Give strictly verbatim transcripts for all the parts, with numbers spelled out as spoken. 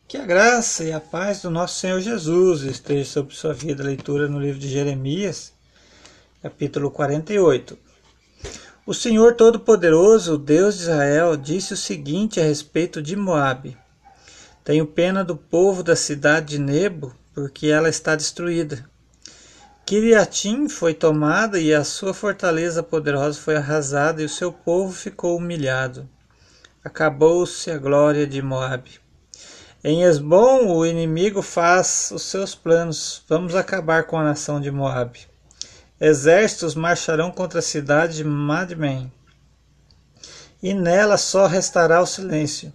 Que a graça e a paz do nosso Senhor Jesus esteja sobre sua vida. Leitura no livro de Jeremias, capítulo quarenta e oito. O Senhor Todo-Poderoso, o Deus de Israel, disse o seguinte a respeito de Moabe: Tenho pena do povo da cidade de Nebo, porque ela está destruída. Kiriatim foi tomada e a sua fortaleza poderosa foi arrasada e o seu povo ficou humilhado. Acabou-se a glória de Moabe. Em Esbom o inimigo faz os seus planos. Vamos acabar com a nação de Moabe. Exércitos marcharão contra a cidade de Madmen, e nela só restará o silêncio.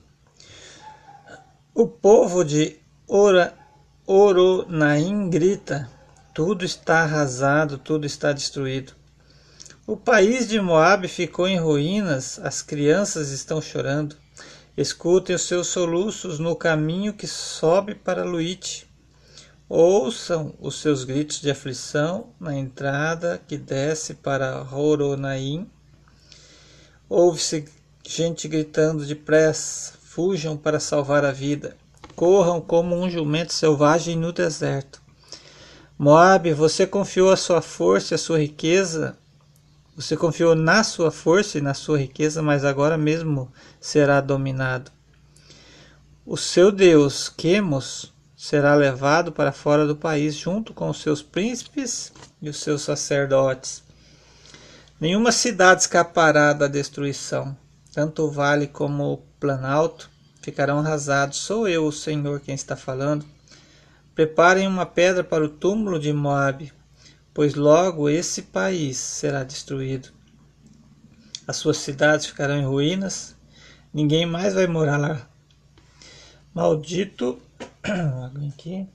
O povo de Ora, Oronaim grita: tudo está arrasado, tudo está destruído. O país de Moabe ficou em ruínas, as crianças estão chorando. Escutem os seus soluços no caminho que sobe para Luite. Ouçam os seus gritos de aflição na entrada que desce para Horonaim. Ouve-se gente gritando depressa: fujam para salvar a vida. Corram como um jumento selvagem no deserto. Moabe, você confiou a sua força e a sua riqueza. Você confiou na sua força e na sua riqueza, mas agora mesmo será dominado. O seu Deus, Quemos, será levado para fora do país, junto com os seus príncipes e os seus sacerdotes. Nenhuma cidade escapará da destruição. Tanto o vale como o planalto ficarão arrasados. Sou eu, o Senhor, quem está falando. Preparem uma pedra para o túmulo de Moabe, pois logo esse país será destruído. As suas cidades ficarão em ruínas, ninguém mais vai morar lá. Maldito... aqui.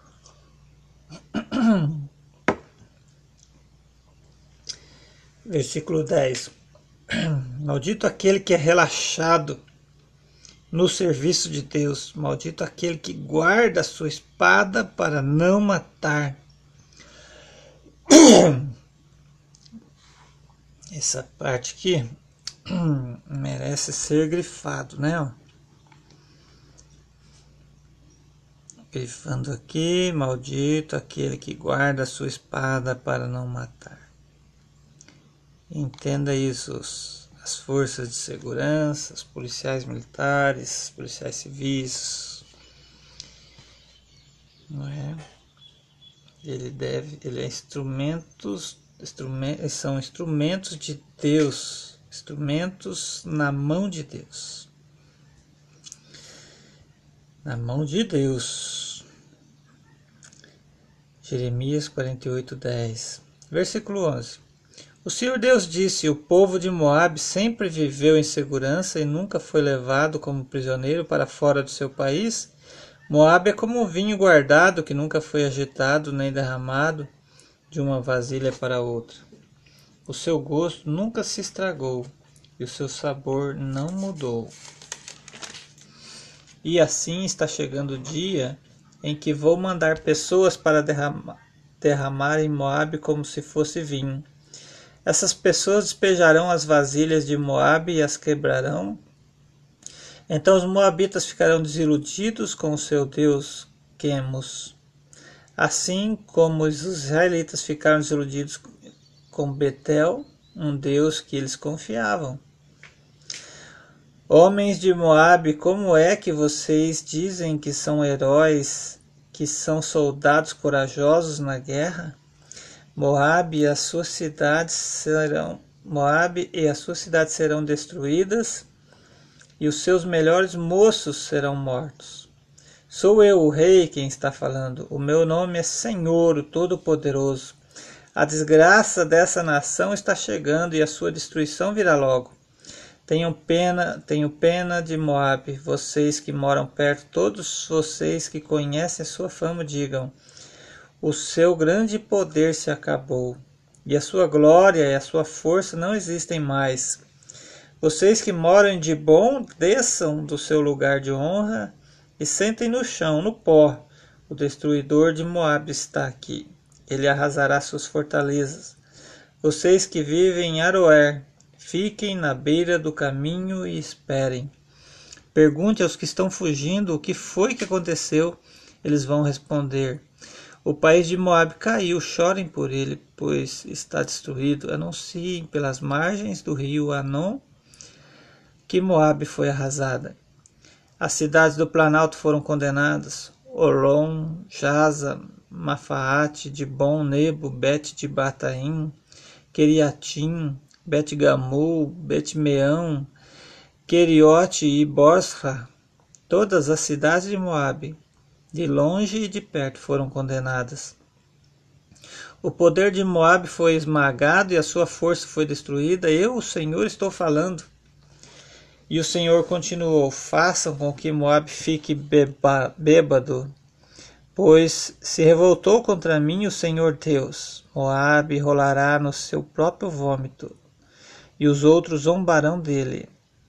Versículo dez. Maldito aquele que é relaxado no serviço de Deus. Maldito aquele que guarda a sua espada para não matar. Essa parte aqui merece ser grifado, né? Grifando aqui: maldito aquele que guarda a sua espada para não matar. Entenda isso: as forças de segurança, os policiais militares, os policiais civis, não é? Ele deve, ele é instrumentos, instrumentos, são instrumentos de Deus, instrumentos na mão de Deus, na mão de Deus. Jeremias quarenta e oito, dez. Versículo onze. O Senhor Deus disse: o povo de Moabe sempre viveu em segurança e nunca foi levado como prisioneiro para fora do seu país. Moabe é como um vinho guardado que nunca foi agitado nem derramado de uma vasilha para outra. O seu gosto nunca se estragou e o seu sabor não mudou. E assim está chegando o dia em que vou mandar pessoas para derramar, derramar em Moabe como se fosse vinho. Essas pessoas despejarão as vasilhas de Moabe e as quebrarão. Então os moabitas ficarão desiludidos com o seu Deus, Quemos, assim como os israelitas ficaram desiludidos com Betel, um Deus que eles confiavam. Homens de Moabe, como é que vocês dizem que são heróis, que são soldados corajosos na guerra? Moabe e as suas cidades serão Moabe e as suas cidades serão destruídas, e os seus melhores moços serão mortos. Sou eu, o rei, quem está falando. O meu nome é Senhor, o Todo-Poderoso. A desgraça dessa nação está chegando e a sua destruição virá logo. Tenho pena, tenho pena de Moabe. Vocês que moram perto, todos vocês que conhecem a sua fama, digam: o seu grande poder se acabou, e a sua glória e a sua força não existem mais. Vocês que moram em Dibon, desçam do seu lugar de honra e sentem no chão, no pó. O destruidor de Moabe está aqui. Ele arrasará suas fortalezas. Vocês que vivem em Aroer, fiquem na beira do caminho e esperem. Pergunte aos que estão fugindo o que foi que aconteceu. Eles vão responder: o país de Moabe caiu, chorem por ele, pois está destruído. Anunciem pelas margens do rio Anon que Moabe foi arrasada. As cidades do Planalto foram condenadas: Olom, Jaza, Mafaate, Dibon, Nebo, Bet-Dibataim, Queriatim, Bet-Gamul, Bet-Meão, Queriote e Bosra. Todas as cidades de Moabe, de longe e de perto, foram condenadas. O poder de Moabe foi esmagado e a sua força foi destruída. Eu, o Senhor, estou falando. E o Senhor continuou: façam com que Moabe fique beba, bêbado, pois se revoltou contra mim o Senhor Deus. Moabe rolará no seu próprio vômito, e os outros zombarão dele.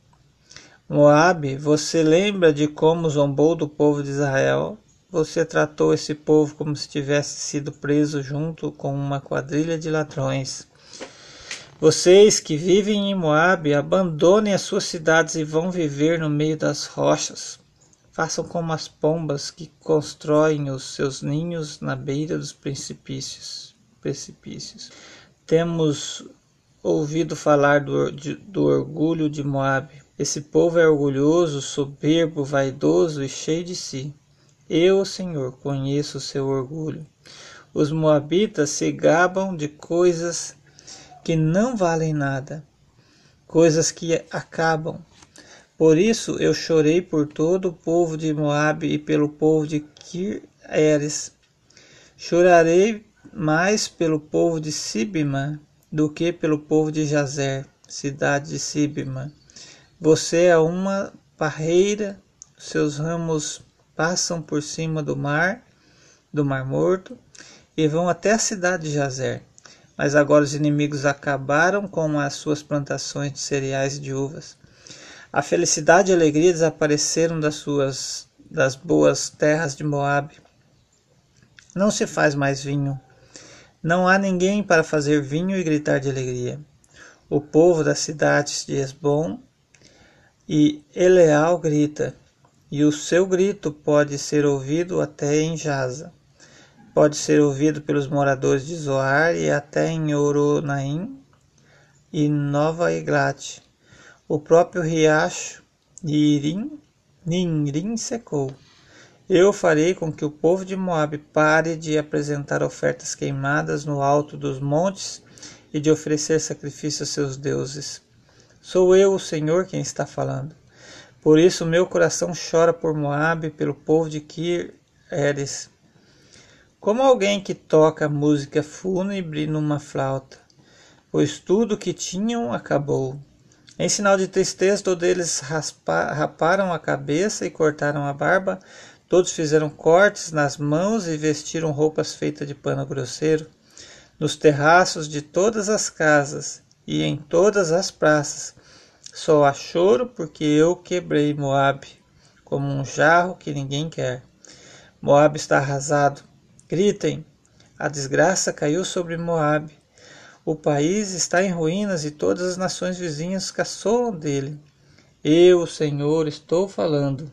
Moabe, você lembra de como zombou do povo de Israel? Você tratou esse povo como se tivesse sido preso junto com uma quadrilha de ladrões. Vocês que vivem em Moabe, abandonem as suas cidades e vão viver no meio das rochas. Façam como as pombas que constroem os seus ninhos na beira dos precipícios. precipícios. Temos ouvido falar do, de, do orgulho de Moabe. Esse povo é orgulhoso, soberbo, vaidoso e cheio de si. Eu, Senhor, conheço o seu orgulho. Os moabitas se gabam de coisas que não valem nada, coisas que acabam. Por isso eu chorei por todo o povo de Moabe e pelo povo de Kir-Eres. Chorarei mais pelo povo de Sibma do que pelo povo de Jazer, cidade de Sibma. Você é uma parreira, seus ramos passam por cima do mar, do mar morto, e vão até a cidade de Jazer. Mas agora os inimigos acabaram com as suas plantações de cereais e de uvas. A felicidade e a alegria desapareceram das suas das boas terras de Moabe. Não se faz mais vinho. Não há ninguém para fazer vinho e gritar de alegria. O povo das cidades de Esbom e Eleal grita, e o seu grito pode ser ouvido até em Jaza. Pode ser ouvido pelos moradores de Zoar e até em Oronaim e Nova Eglate. O próprio riacho de Irim, Ninrim secou. Eu farei com que o povo de Moabe pare de apresentar ofertas queimadas no alto dos montes e de oferecer sacrifício a seus deuses. Sou eu, o Senhor, quem está falando. Por isso meu coração chora por Moabe e pelo povo de Kir-Eres. Como alguém que toca música fúnebre numa flauta, pois tudo que tinham acabou. Em sinal de tristeza, todos eles raspa, raparam a cabeça e cortaram a barba, todos fizeram cortes nas mãos e vestiram roupas feitas de pano grosseiro. Nos terraços de todas as casas e em todas as praças, só há choro porque eu quebrei Moabe, como um jarro que ninguém quer. Moabe está arrasado. Gritem, a desgraça caiu sobre Moabe. O país está em ruínas e todas as nações vizinhas caçoam dele. Eu, o Senhor, estou falando.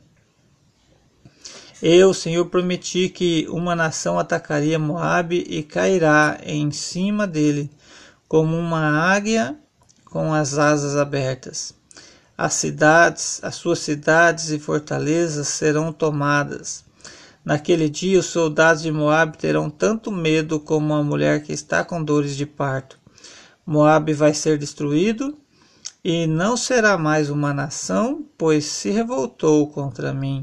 Eu, o Senhor, prometi que uma nação atacaria Moabe e cairá em cima dele, como uma águia com as asas abertas. As cidades, as suas cidades e fortalezas serão tomadas. Naquele dia os soldados de Moabe terão tanto medo como uma mulher que está com dores de parto. Moabe vai ser destruído e não será mais uma nação, pois se revoltou contra mim.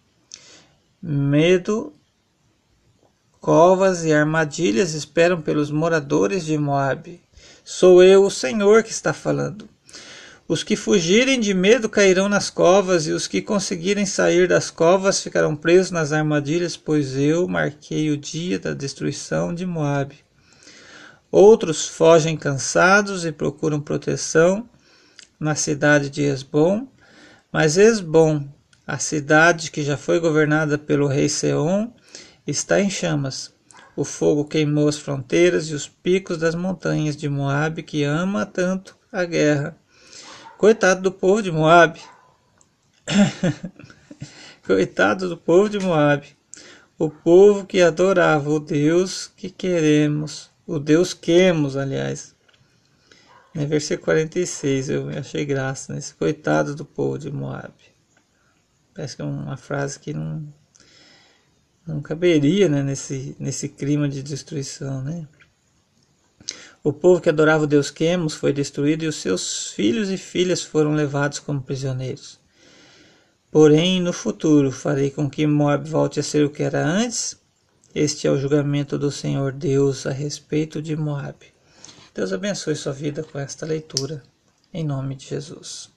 Medo, covas e armadilhas esperam pelos moradores de Moabe. Sou eu, o Senhor, que está falando. Os que fugirem de medo cairão nas covas, e os que conseguirem sair das covas ficarão presos nas armadilhas, pois eu marquei o dia da destruição de Moabe. Outros fogem cansados e procuram proteção na cidade de Esbom, mas Esbom, a cidade que já foi governada pelo rei Seom, está em chamas. O fogo queimou as fronteiras e os picos das montanhas de Moabe, que ama tanto a guerra. Coitado do povo de Moabe. Coitado do povo de Moabe, o povo que adorava o Deus que queremos, o Deus quemos, aliás. No versículo quarenta e seis, eu achei graça nesse coitado do povo de Moabe. Parece que é uma frase que não, não caberia, né, nesse, nesse clima de destruição, né? O povo que adorava o Deus Quemos foi destruído e os seus filhos e filhas foram levados como prisioneiros. Porém, no futuro, farei com que Moabe volte a ser o que era antes. Este é o julgamento do Senhor Deus a respeito de Moabe. Deus abençoe sua vida com esta leitura, em nome de Jesus.